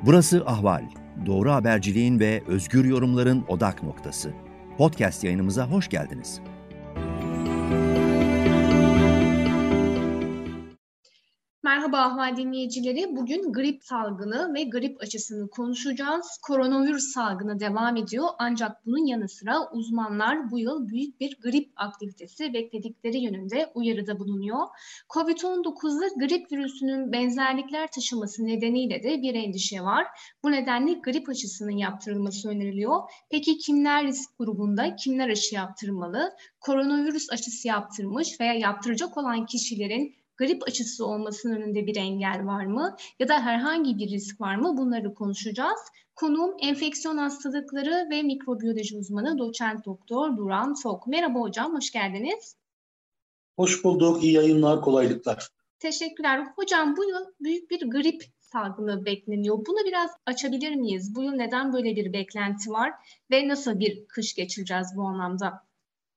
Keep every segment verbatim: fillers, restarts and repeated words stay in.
Burası Ahval, doğru haberciliğin ve özgür yorumların odak noktası. Podcast yayınımıza hoş geldiniz. Merhaba Ahval dinleyicileri. Bugün grip salgını ve grip aşısını konuşacağız. Koronavirüs salgını devam ediyor. Ancak bunun yanı sıra uzmanlar bu yıl büyük bir grip aktivitesi bekledikleri yönünde uyarıda bulunuyor. kovid on dokuzda grip virüsünün benzerlikler taşıması nedeniyle de bir endişe var. Bu nedenle grip aşısının yaptırılması öneriliyor. Peki kimler risk grubunda, kimler aşı yaptırmalı? Koronavirüs aşısı yaptırmış veya yaptıracak olan kişilerin grip aşısı olmasının önünde bir engel var mı? Ya da herhangi bir risk var mı? Bunları konuşacağız. Konuğum enfeksiyon hastalıkları ve mikrobiyoloji uzmanı doçent doktor Duran Tok. Merhaba hocam, hoş geldiniz. Hoş bulduk, iyi yayınlar, kolaylıklar. Teşekkürler. Hocam bu yıl büyük bir grip salgını bekleniyor. Bunu biraz açabilir miyiz? Bu yıl neden böyle bir beklenti var ve nasıl bir kış geçireceğiz bu anlamda?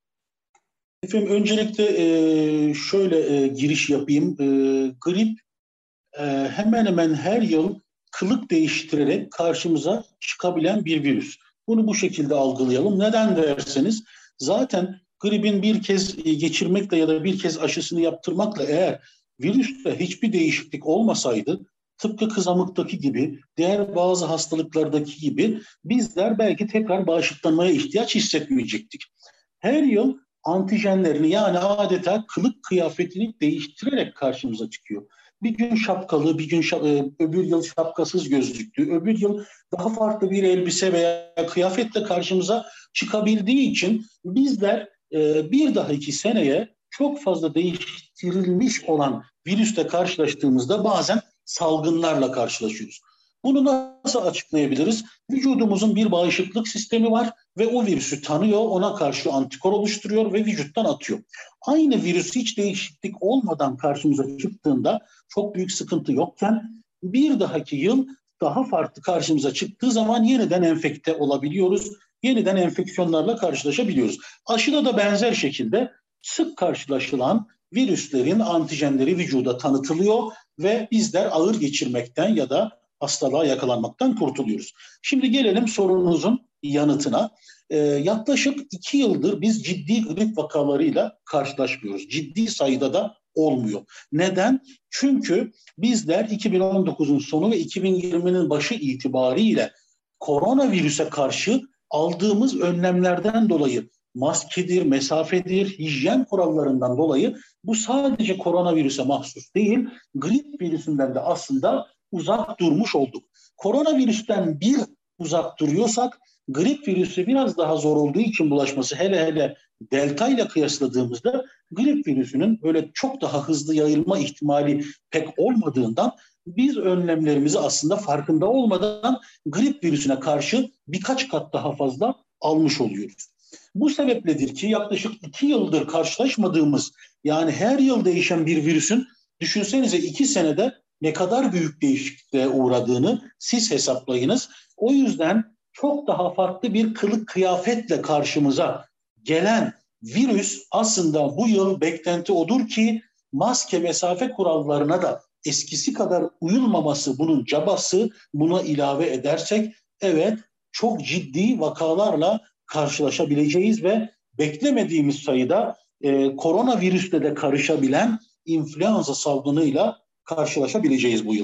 Efendim öncelikle e, şöyle e, giriş yapayım. E, grip e, hemen hemen her yıl kılık değiştirerek karşımıza çıkabilen bir virüs. Bunu bu şekilde algılayalım. Neden derseniz zaten gripin bir kez geçirmekle ya da bir kez aşısını yaptırmakla eğer virüste hiçbir değişiklik olmasaydı tıpkı kızamıktaki gibi, diğer bazı hastalıklardaki gibi bizler belki tekrar bağışıklanmaya ihtiyaç hissetmeyecektik. Her yıl antijenlerini yani adeta kılık kıyafetini değiştirerek karşımıza çıkıyor. Bir gün şapkalı, bir gün şap- öbür yıl şapkasız gözlüklü, öbür yıl daha farklı bir elbise veya kıyafetle karşımıza çıkabildiği için bizler e, bir dahaki seneye çok fazla değiştirilmiş olan virüsle karşılaştığımızda bazen salgınlarla karşılaşıyoruz. Bunu nasıl açıklayabiliriz? Vücudumuzun bir bağışıklık sistemi var ve o virüsü tanıyor, ona karşı antikor oluşturuyor ve vücuttan atıyor. Aynı virüs hiç değişiklik olmadan karşımıza çıktığında çok büyük sıkıntı yokken bir dahaki yıl daha farklı karşımıza çıktığı zaman yeniden enfekte olabiliyoruz. Yeniden enfeksiyonlarla karşılaşabiliyoruz. Aşıda da benzer şekilde sık karşılaşılan virüslerin antijenleri vücuda tanıtılıyor ve bizler ağır geçirmekten ya da hastalığa yakalanmaktan kurtuluyoruz. Şimdi gelelim sorunuzun yanıtına. Ee, yaklaşık iki yıldır biz ciddi grip vakalarıyla karşılaşmıyoruz. Ciddi sayıda da olmuyor. Neden? Çünkü bizler iki bin on dokuzun sonu ve iki bin yirminin başı itibariyle koronavirüse karşı aldığımız önlemlerden dolayı maskedir, mesafedir, hijyen kurallarından dolayı bu sadece koronavirüse mahsus değil, grip virüsünden de aslında uzak durmuş olduk. Koronavirüsten bir uzak duruyorsak grip virüsü biraz daha zor olduğu için bulaşması hele hele delta ile kıyasladığımızda grip virüsünün böyle çok daha hızlı yayılma ihtimali pek olmadığından biz önlemlerimizi aslında farkında olmadan grip virüsüne karşı birkaç kat daha fazla almış oluyoruz. Bu sebepledir ki yaklaşık iki yıldır karşılaşmadığımız yani her yıl değişen bir virüsün düşünsenize iki senede ne kadar büyük değişikliğe uğradığını siz hesaplayınız. O yüzden çok daha farklı bir kılık kıyafetle karşımıza gelen virüs aslında bu yıl beklenti odur ki maske mesafe kurallarına da eskisi kadar uyulmaması bunun cabası, buna ilave edersek evet çok ciddi vakalarla karşılaşabileceğiz ve beklemediğimiz sayıda e, koronavirüsle de karışabilen influenza salgınıyla karşılaşabileceğiz bu yıl.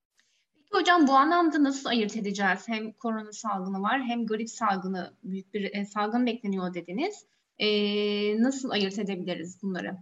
Peki hocam bu anlamda nasıl ayırt edeceğiz? Hem korona salgını var hem grip salgını büyük bir e, salgın bekleniyor dediniz. E, nasıl ayırt edebiliriz bunları?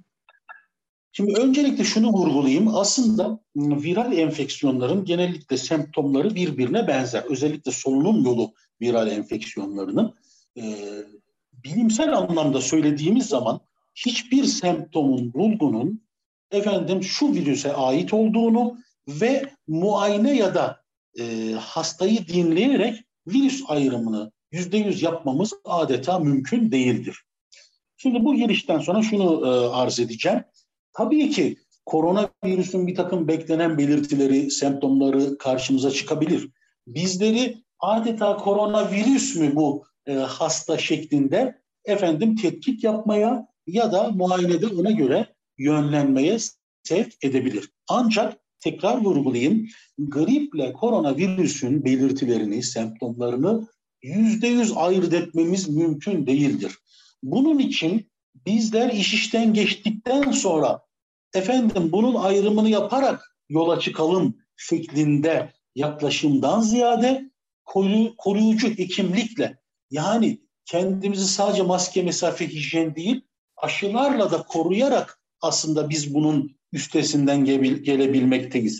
Şimdi öncelikle şunu vurgulayayım. Aslında viral enfeksiyonların genellikle semptomları birbirine benzer. Özellikle solunum yolu viral enfeksiyonlarının. E, bilimsel anlamda söylediğimiz zaman hiçbir semptomun, bulgunun efendim şu virüse ait olduğunu ve muayene ya da e, hastayı dinleyerek virüs ayrımını yüzde yüz yapmamız adeta mümkün değildir. Şimdi bu girişten sonra şunu e, arz edeceğim. Tabii ki koronavirüsün bir takım beklenen belirtileri, semptomları karşımıza çıkabilir. Bizleri adeta koronavirüs mü bu e, hasta şeklinde efendim tetkik yapmaya ya da muayenede ona göre yönlenmeye sevk edebilir. Ancak tekrar vurgulayayım. Griple koronavirüsün belirtilerini, semptomlarını yüzde yüz ayırt etmemiz mümkün değildir. Bunun için bizler iş işten geçtikten sonra efendim bunun ayrımını yaparak yola çıkalım şeklinde yaklaşımdan ziyade koruyucu hekimlikle, yani kendimizi sadece maske, mesafe, hijyen değil, aşılarla da koruyarak aslında biz bunun üstesinden gelebilmekteyiz.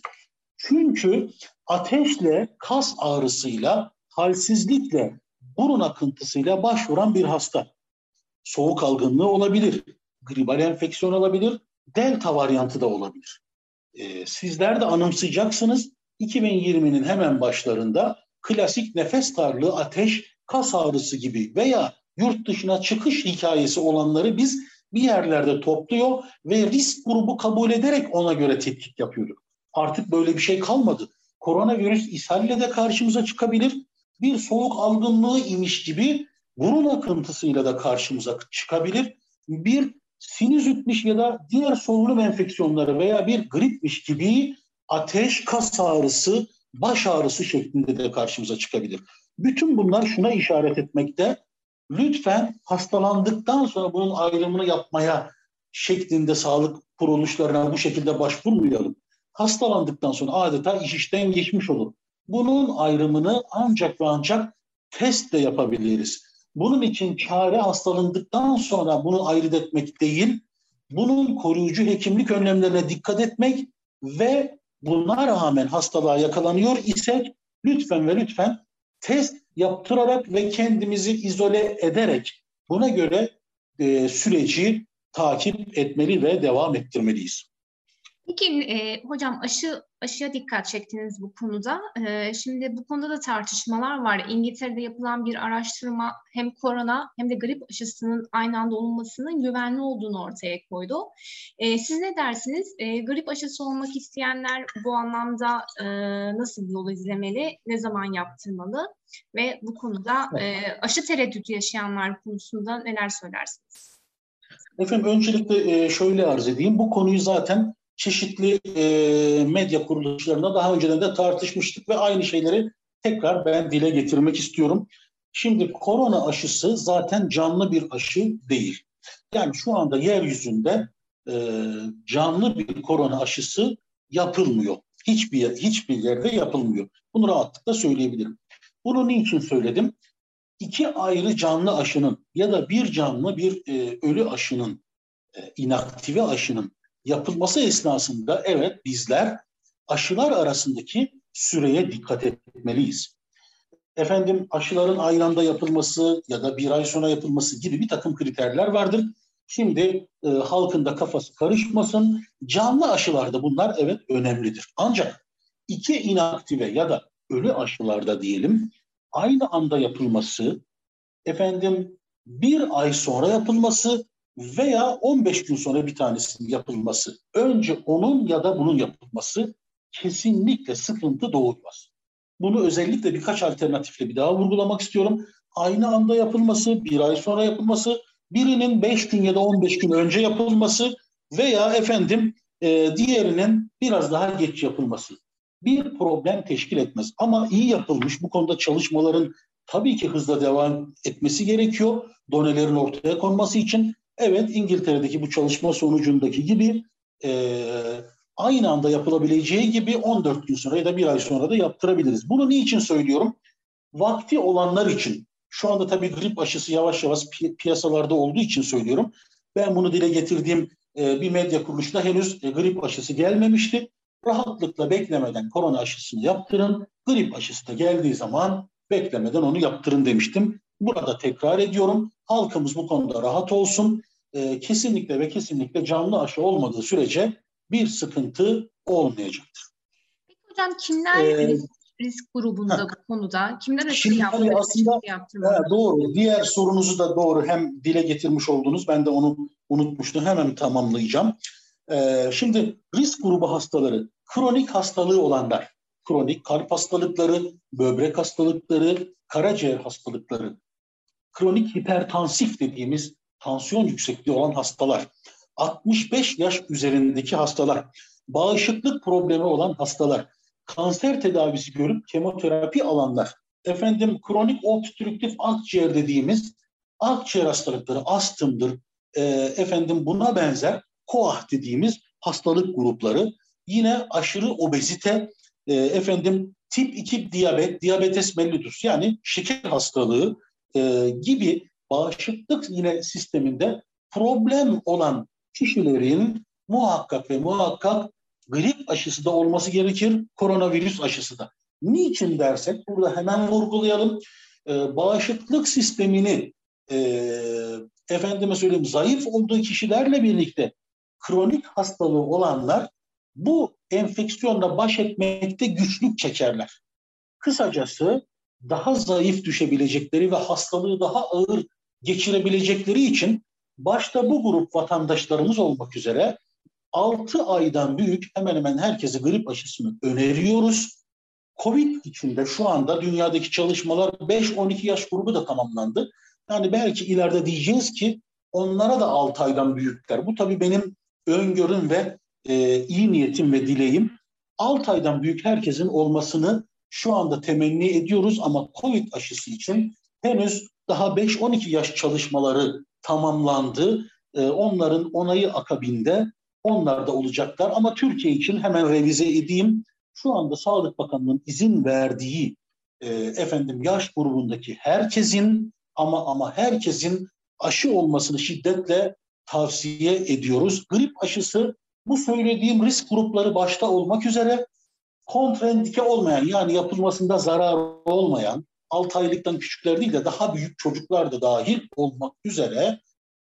Çünkü ateşle, kas ağrısıyla, halsizlikle, burun akıntısıyla başvuran bir hasta. Soğuk algınlığı olabilir, gribal enfeksiyon olabilir, delta varyantı da olabilir. Ee, sizler de anımsayacaksınız, iki bin yirminin hemen başlarında klasik nefes darlığı, ateş, kas ağrısı gibi veya yurt dışına çıkış hikayesi olanları biz bir yerlerde topluyor ve risk grubu kabul ederek ona göre tetkik yapıyorduk. Artık böyle bir şey kalmadı. Koronavirüs ishalle de karşımıza çıkabilir. Bir soğuk algınlığı imiş gibi burun akıntısıyla da karşımıza çıkabilir. Bir sinüzitmiş ya da diğer solunum enfeksiyonları veya bir gripmiş gibi ateş, kas ağrısı, baş ağrısı şeklinde de karşımıza çıkabilir. Bütün bunlar şuna işaret etmekte. Lütfen hastalandıktan sonra bunun ayrımını yapmaya şeklinde sağlık kuruluşlarına bu şekilde başvurmayalım. Hastalandıktan sonra adeta iş işten geçmiş olur. Bunun ayrımını ancak ve ancak testle yapabiliriz. Bunun için çare hastalandıktan sonra bunu ayırt etmek değil, bunun koruyucu hekimlik önlemlerine dikkat etmek ve buna rağmen hastalığa yakalanıyor isek lütfen ve lütfen test yaptırarak ve kendimizi izole ederek buna göre e, süreci takip etmeli ve devam ettirmeliyiz. Peki e, hocam aşı aşıya dikkat çektiniz bu konuda. E, şimdi bu konuda da tartışmalar var. İngiltere'de yapılan bir araştırma hem korona hem de grip aşısının aynı anda olunmasının güvenli olduğunu ortaya koydu. E, siz ne dersiniz? E, grip aşısı olmak isteyenler bu anlamda e, nasıl bir yol izlemeli? Ne zaman yaptırmalı? Ve bu konuda e, aşı tereddütü yaşayanlar konusunda neler söylersiniz? Efendim öncelikle şöyle arz edeyim. Bu konuyu zaten çeşitli e, medya kuruluşlarında daha önceden de tartışmıştık ve aynı şeyleri tekrar ben dile getirmek istiyorum. Şimdi korona aşısı zaten canlı bir aşı değil. Yani şu anda yeryüzünde e, canlı bir korona aşısı yapılmıyor. Hiçbir hiçbir yerde yapılmıyor. Bunu rahatlıkla söyleyebilirim. Bunu niçin söyledim? İki ayrı canlı aşının ya da bir canlı bir e, ölü aşının, e, inaktive aşının yapılması esnasında evet bizler aşılar arasındaki süreye dikkat etmeliyiz. Efendim aşıların aynı anda yapılması ya da bir ay sonra yapılması gibi bir takım kriterler vardır. Şimdi e, halkın da kafası karışmasın. Canlı aşılarda bunlar evet önemlidir. Ancak iki inaktive ya da ölü aşılarda diyelim aynı anda yapılması, efendim bir ay sonra yapılması veya on beş gün sonra bir tanesinin yapılması, önce onun ya da bunun yapılması kesinlikle sıkıntı doğurmaz. Bunu özellikle birkaç alternatifle bir daha vurgulamak istiyorum. Aynı anda yapılması, bir ay sonra yapılması, birinin beş gün ya da on beş gün önce yapılması veya efendim e, diğerinin biraz daha geç yapılması bir problem teşkil etmez. Ama iyi yapılmış bu konuda çalışmaların tabii ki hızla devam etmesi gerekiyor. Donelerin ortaya konması için. Evet, İngiltere'deki bu çalışma sonucundaki gibi e, aynı anda yapılabileceği gibi on dört gün sonra ya da bir ay sonra da yaptırabiliriz. Bunu niçin söylüyorum? Vakti olanlar için. Şu anda tabii grip aşısı yavaş yavaş pi- piyasalarda olduğu için söylüyorum. Ben bunu dile getirdiğim e, bir medya kuruluşuna henüz e, grip aşısı gelmemişti. Rahatlıkla beklemeden korona aşısını yaptırın. Grip aşısı da geldiği zaman beklemeden onu yaptırın demiştim. Burada tekrar ediyorum. Halkımız bu konuda rahat olsun. Ee, kesinlikle ve kesinlikle canlı aşı olmadığı sürece bir sıkıntı olmayacaktır. Peki hocam kimler Ee, risk, risk grubunda heh. bu konuda? Kimler aşı Şimdi yaptırmalı? aslında yaptırmalı? he, doğru. Diğer sorunuzu da doğru hem dile getirmiş oldunuz. Ben de onu unutmuştum. Hemen tamamlayacağım. Ee, şimdi risk grubu hastaları, kronik hastalığı olanlar, kronik kalp hastalıkları, böbrek hastalıkları, karaciğer hastalıkları, kronik hipertansif dediğimiz tansiyon yüksekliği olan hastalar, altmış beş yaş üzerindeki hastalar, bağışıklık problemi olan hastalar, kanser tedavisi görüp kemoterapi alanlar, efendim kronik obstrüktif akciğer dediğimiz akciğer hastalıkları, astımdır, e, efendim buna benzer koah dediğimiz hastalık grupları, yine aşırı obezite, e, efendim tip iki diyabet, diabetes mellitus yani şeker hastalığı e, gibi bağışıklık yine sisteminde problem olan kişilerin muhakkak ve muhakkak grip aşısı da olması gerekir, koronavirüs aşısı da. Niçin dersek burada hemen vurgulayalım. Ee, bağışıklık sistemini e, efendime söyleyeyim zayıf olduğu kişilerle birlikte kronik hastalığı olanlar bu enfeksiyonla baş etmekte güçlük çekerler. Kısacası daha zayıf düşebilecekleri ve hastalığı daha ağır geçirebilecekleri için başta bu grup vatandaşlarımız olmak üzere altı aydan büyük hemen hemen herkese grip aşısını öneriyoruz. Covid içinde şu anda dünyadaki çalışmalar beş on iki yaş grubu da tamamlandı. Yani belki ileride diyeceğiz ki onlara da altı aydan büyükler. Bu tabii benim öngörüm ve e, iyi niyetim ve dileğim. altı aydan büyük herkesin olmasını şu anda temenni ediyoruz ama Covid aşısı için henüz daha beş on iki yaş çalışmaları tamamlandı. E, onların onayı akabinde onlar da olacaklar. Ama Türkiye için hemen revize edeyim. Şu anda Sağlık Bakanlığı'nın izin verdiği e, efendim yaş grubundaki herkesin ama ama herkesin aşı olmasını şiddetle tavsiye ediyoruz. Grip aşısı bu söylediğim risk grupları başta olmak üzere kontraindike olmayan yani yapılmasında zararı olmayan altı aylıktan küçükler değil de daha büyük çocuklar da dahil olmak üzere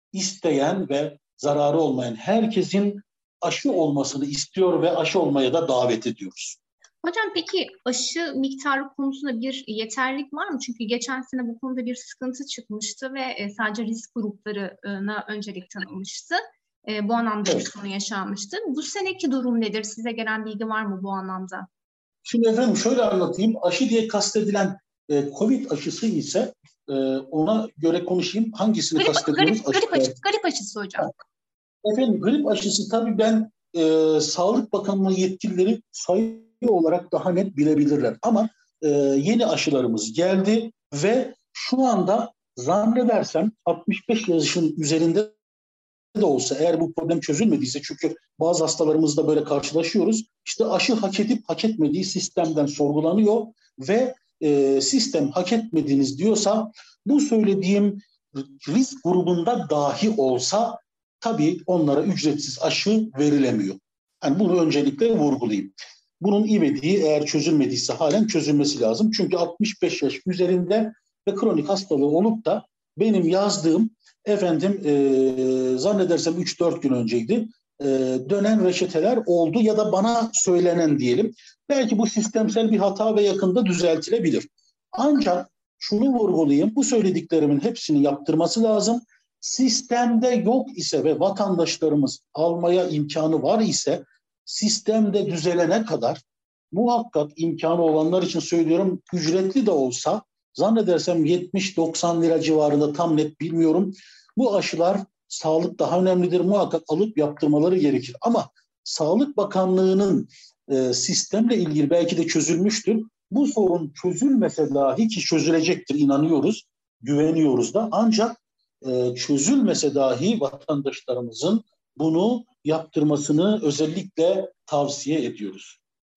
isteyen ve zararı olmayan herkesin aşı olmasını istiyor ve aşı olmaya da davet ediyoruz. Hocam peki aşı miktarı konusunda bir yeterlilik var mı? Çünkü geçen sene bu konuda bir sıkıntı çıkmıştı ve sadece risk gruplarına öncelik tanınmıştı. Bu anlamda bir sorun yaşanmıştı. Bu seneki durum nedir? Size gelen bilgi var mı bu anlamda? Şimdi efendim şöyle anlatayım. Aşı diye kastedilen e, Covid aşısı ise e, ona göre konuşayım. Hangisini grip, kastediyoruz? Grip, grip, aşısı, grip aşısı hocam. Ha. Efendim grip aşısı tabii ben e, Sağlık Bakanlığı yetkilileri sayı olarak daha net bilebilirler. Ama e, yeni aşılarımız geldi ve şu anda zannedersem altmış beş yaşın üzerinde de olsa eğer bu problem çözülmediyse çünkü bazı hastalarımızla böyle karşılaşıyoruz. İşte aşı hak edip hak etmediği sistemden sorgulanıyor ve e, sistem hak etmediniz diyorsa bu söylediğim risk grubunda dahi olsa tabii onlara ücretsiz aşı verilemiyor. Yani bunu öncelikle vurgulayayım. Bunun ivediği eğer çözülmediyse halen çözülmesi lazım. Çünkü altmış beş yaş üzerinde ve kronik hastalığı olup da benim yazdığım efendim e, zannedersem üç dört gün önceydi e, dönen reçeteler oldu ya da bana söylenen diyelim. Belki bu sistemsel bir hata ve yakında düzeltilebilir. Ancak şunu vurgulayayım, bu söylediklerimin hepsini yaptırması lazım. Sistemde yok ise ve vatandaşlarımız almaya imkanı var ise sistemde düzelene kadar muhakkak imkanı olanlar için söylüyorum ücretli de olsa zannedersem yetmiş doksan lira civarında tam net bilmiyorum. Bu aşılar sağlık daha önemlidir. Muhakkak alıp yaptırmaları gerekir. Ama Sağlık Bakanlığı'nın e, sistemle ilgili belki de çözülmüştür. Bu sorun çözülmese dahi ki çözülecektir inanıyoruz, güveniyoruz da. Ancak e, çözülmese dahi vatandaşlarımızın bunu yaptırmasını özellikle tavsiye ediyoruz.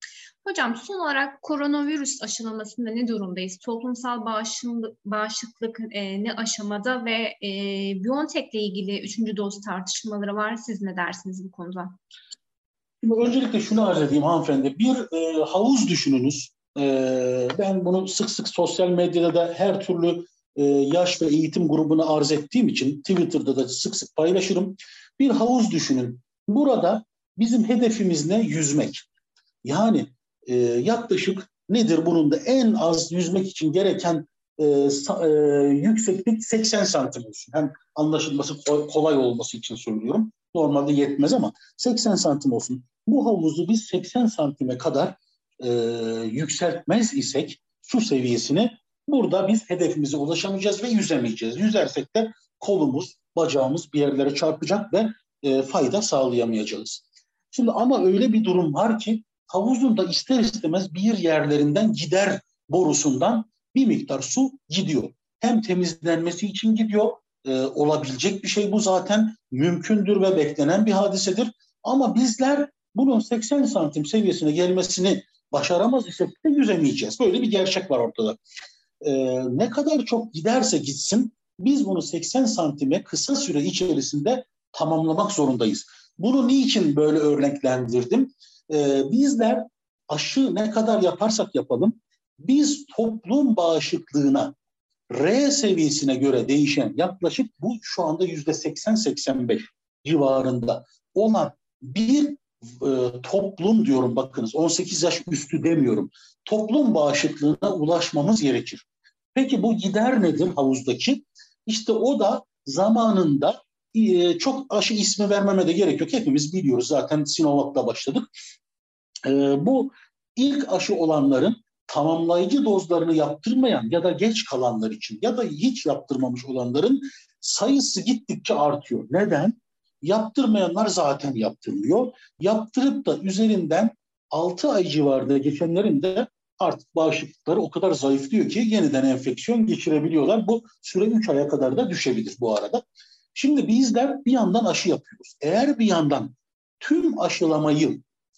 Hocam son olarak koronavirüs aşılamasında ne durumdayız? Toplumsal bağışıklık, bağışıklık e, ne aşamada ve e, BioNTech ile ilgili üçüncü doz tartışmaları var. Siz ne dersiniz bu konuda? Şimdi öncelikle şunu arz edeyim hanımefendi. Bir e, havuz düşününüz. E, ben bunu sık sık sosyal medyada da her türlü e, yaş ve eğitim grubuna arz ettiğim için Twitter'da da sık sık paylaşırım. Bir havuz düşünün. Burada bizim hedefimiz ne? Yüzmek. Yani e, yaklaşık nedir bunun da en az yüzmek için gereken e, sa, e, yükseklik seksen santim olsun. Hem anlaşılması kolay olması için söylüyorum. Normalde yetmez ama seksen santim olsun. Bu havuzu biz seksen santime kadar e, yükseltmez isek su seviyesini burada biz hedefimize ulaşamayacağız ve yüzemeyeceğiz. Yüzersek de kolumuz, bacağımız bir yerlere çarpacak ve e, fayda sağlayamayacağız. Şimdi ama öyle bir durum var ki havuzun da ister istemez bir yerlerinden gider borusundan bir miktar su gidiyor. Hem temizlenmesi için gidiyor, e, olabilecek bir şey bu zaten, mümkündür ve beklenen bir hadisedir. Ama bizler bunun seksen santim seviyesine gelmesini başaramaz isek de yüzemeyeceğiz. Böyle bir gerçek var ortada. E, ne kadar çok giderse gitsin biz bunu seksen santime kısa süre içerisinde tamamlamak zorundayız. Bunu niçin böyle örneklendirdim? Ee, bizler aşı ne kadar yaparsak yapalım, biz toplum bağışıklığına R seviyesine göre değişen yaklaşık bu şu anda yüzde seksen seksen beş civarında olan bir e, toplum diyorum, bakınız on sekiz yaş üstü demiyorum. Toplum bağışıklığına ulaşmamız gerekir. Peki bu gider nedir havuzdaki? İşte o da zamanında e, çok aşı ismi vermeme de gerek yok. Hepimiz biliyoruz zaten, Sinovac'la başladık. E, bu ilk aşı olanların tamamlayıcı dozlarını yaptırmayan ya da geç kalanlar için ya da hiç yaptırmamış olanların sayısı gittikçe artıyor. Neden? Yaptırmayanlar zaten yaptırmıyor. Yaptırıp da üzerinden altı ay civarında geçenlerin de artık bağışıklıkları o kadar zayıflıyor ki yeniden enfeksiyon geçirebiliyorlar. Bu süre üç aya kadar da düşebilir bu arada. Şimdi bizler bir yandan aşı yapıyoruz. Eğer bir yandan tüm aşılamayı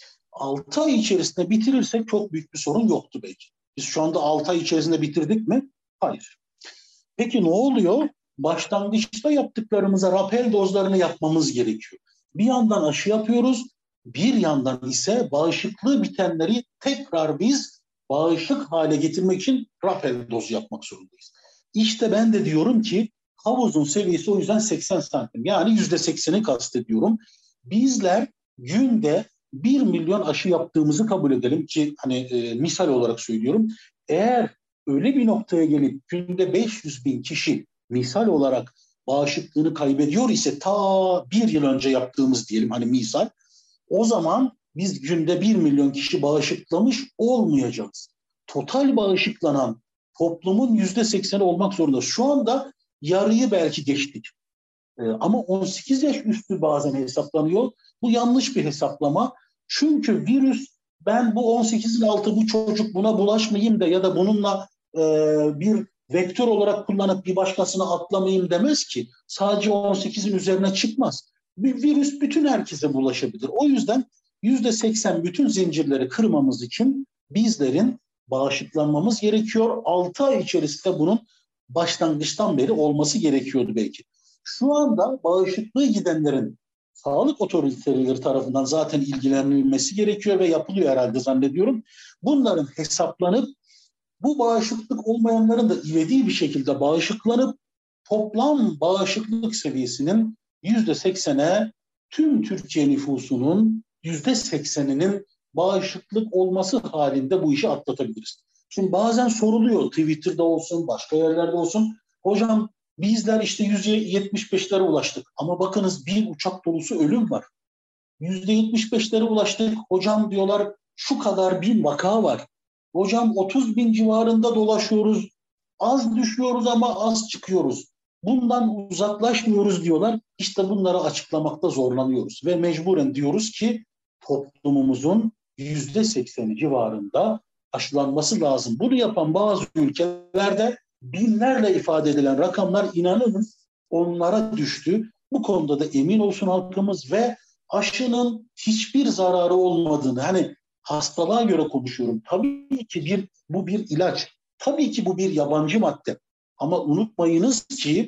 altı ay içerisinde bitirirsek çok büyük bir sorun yoktu belki. Biz şu anda altı ay içerisinde bitirdik mi? Hayır. Peki ne oluyor? Başlangıçta yaptıklarımıza rapel dozlarını yapmamız gerekiyor. Bir yandan aşı yapıyoruz, bir yandan ise bağışıklığı bitenleri tekrar biz bağışık hale getirmek için rapel dozu yapmak zorundayız. İşte ben de diyorum ki havuzun seviyesi o yüzden seksen santim. Yani yüzde sekseni kastediyorum. Bizler günde bir milyon aşı yaptığımızı kabul edelim ki hani e, misal olarak söylüyorum. Eğer öyle bir noktaya gelip günde beş yüz bin kişi misal olarak bağışıklığını kaybediyor ise ta bir yıl önce yaptığımız diyelim hani misal, o zaman biz günde bir milyon kişi bağışıklamış olmayacağız. Total bağışıklanan toplumun yüzde sekseni olmak zorunda. Şu anda yarıyı belki geçtik. Ee, ama on sekiz yaş üstü bazen hesaplanıyor. Bu yanlış bir hesaplama. Çünkü virüs, ben bu on sekizin altı bu çocuk buna bulaşmayayım da ya da bununla e, bir vektör olarak kullanıp bir başkasına atlamayayım demez ki. Sadece on sekizin üzerine çıkmaz. Bir virüs bütün herkese bulaşabilir. O yüzden yüzde seksen bütün zincirleri kırmamız için bizlerin bağışıklanmamız gerekiyor. altı ay içerisinde bunun başlangıçtan beri olması gerekiyordu belki. Şu anda bağışıklığı gidenlerin sağlık otoriteleri tarafından zaten ilgilenilmesi gerekiyor ve yapılıyor herhalde zannediyorum. Bunların hesaplanıp bu bağışıklık olmayanların da ivedi bir şekilde bağışıklanıp toplam bağışıklık seviyesinin yüzde seksene, tüm Türkiye nüfusunun yüzde sekseninin bağışıklık olması halinde bu işi atlatabiliriz. Şimdi bazen soruluyor, Twitter'da olsun, başka yerlerde olsun. Hocam bizler işte yüzde yetmiş beşlere ulaştık. Ama bakınız bir uçak dolusu ölüm var. yüzde yetmiş beşlere ulaştık. Hocam diyorlar şu kadar bin vaka var. Hocam otuz bin civarında dolaşıyoruz. Az düşüyoruz ama az çıkıyoruz. Bundan uzaklaşmıyoruz diyorlar. İşte bunları açıklamakta zorlanıyoruz. Ve mecburen diyoruz ki toplumumuzun yüzde sekseni civarında aşılanması lazım. Bunu yapan bazı ülkelerde binlerle ifade edilen rakamlar, inanınız, onlara düştü. Bu konuda da emin olsun halkımız ve aşının hiçbir zararı olmadığını, hani hastalığa göre konuşuyorum. Tabii ki bir, bu bir ilaç. Tabii ki bu bir yabancı madde. Ama unutmayınız ki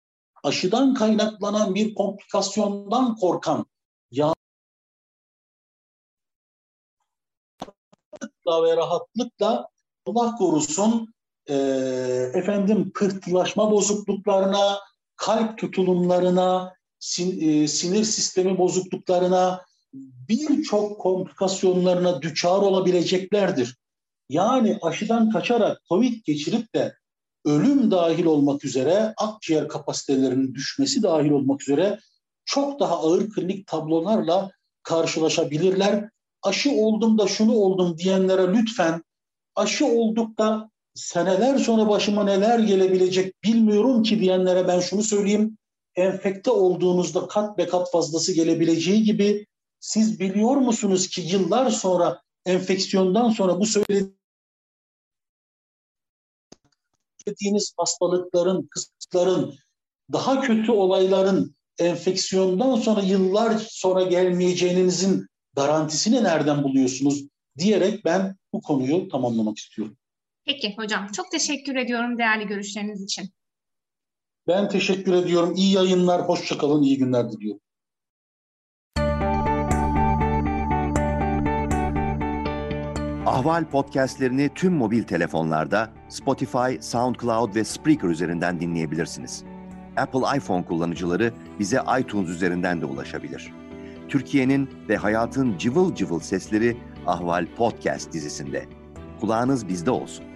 aşıdan kaynaklanan bir komplikasyondan korkan, ya ve rahatlıkla Allah korusun e, efendim pıhtılaşma bozukluklarına, kalp tutulumlarına, sin, e, sinir sistemi bozukluklarına, birçok komplikasyonlarına düçar olabileceklerdir. Yani aşıdan kaçarak Covid geçirip de ölüm dahil olmak üzere, akciğer kapasitelerinin düşmesi dahil olmak üzere çok daha ağır klinik tablolarla karşılaşabilirler. Aşı oldum da şunu oldum diyenlere lütfen, aşı olduk da seneler sonra başıma neler gelebilecek bilmiyorum ki diyenlere ben şunu söyleyeyim. Enfekte olduğunuzda kat be kat fazlası gelebileceği gibi Siz biliyor musunuz ki yıllar sonra, enfeksiyondan sonra bu söylediğiniz hastalıkların, kısıtların, daha kötü olayların enfeksiyondan sonra yıllar sonra gelmeyeceğinizin garantisini nereden buluyorsunuz diyerek ben bu konuyu tamamlamak istiyorum. Peki hocam, çok teşekkür ediyorum değerli görüşleriniz için. Ben teşekkür ediyorum. İyi yayınlar, hoşça kalın, iyi günler diliyorum. Ahval podcastlerini tüm mobil telefonlarda Spotify, SoundCloud ve Spreaker üzerinden dinleyebilirsiniz. Apple iPhone kullanıcıları bize iTunes üzerinden de ulaşabilir. Türkiye'nin ve hayatın cıvıl cıvıl sesleri Ahval Podcast dizisinde. Kulağınız bizde olsun.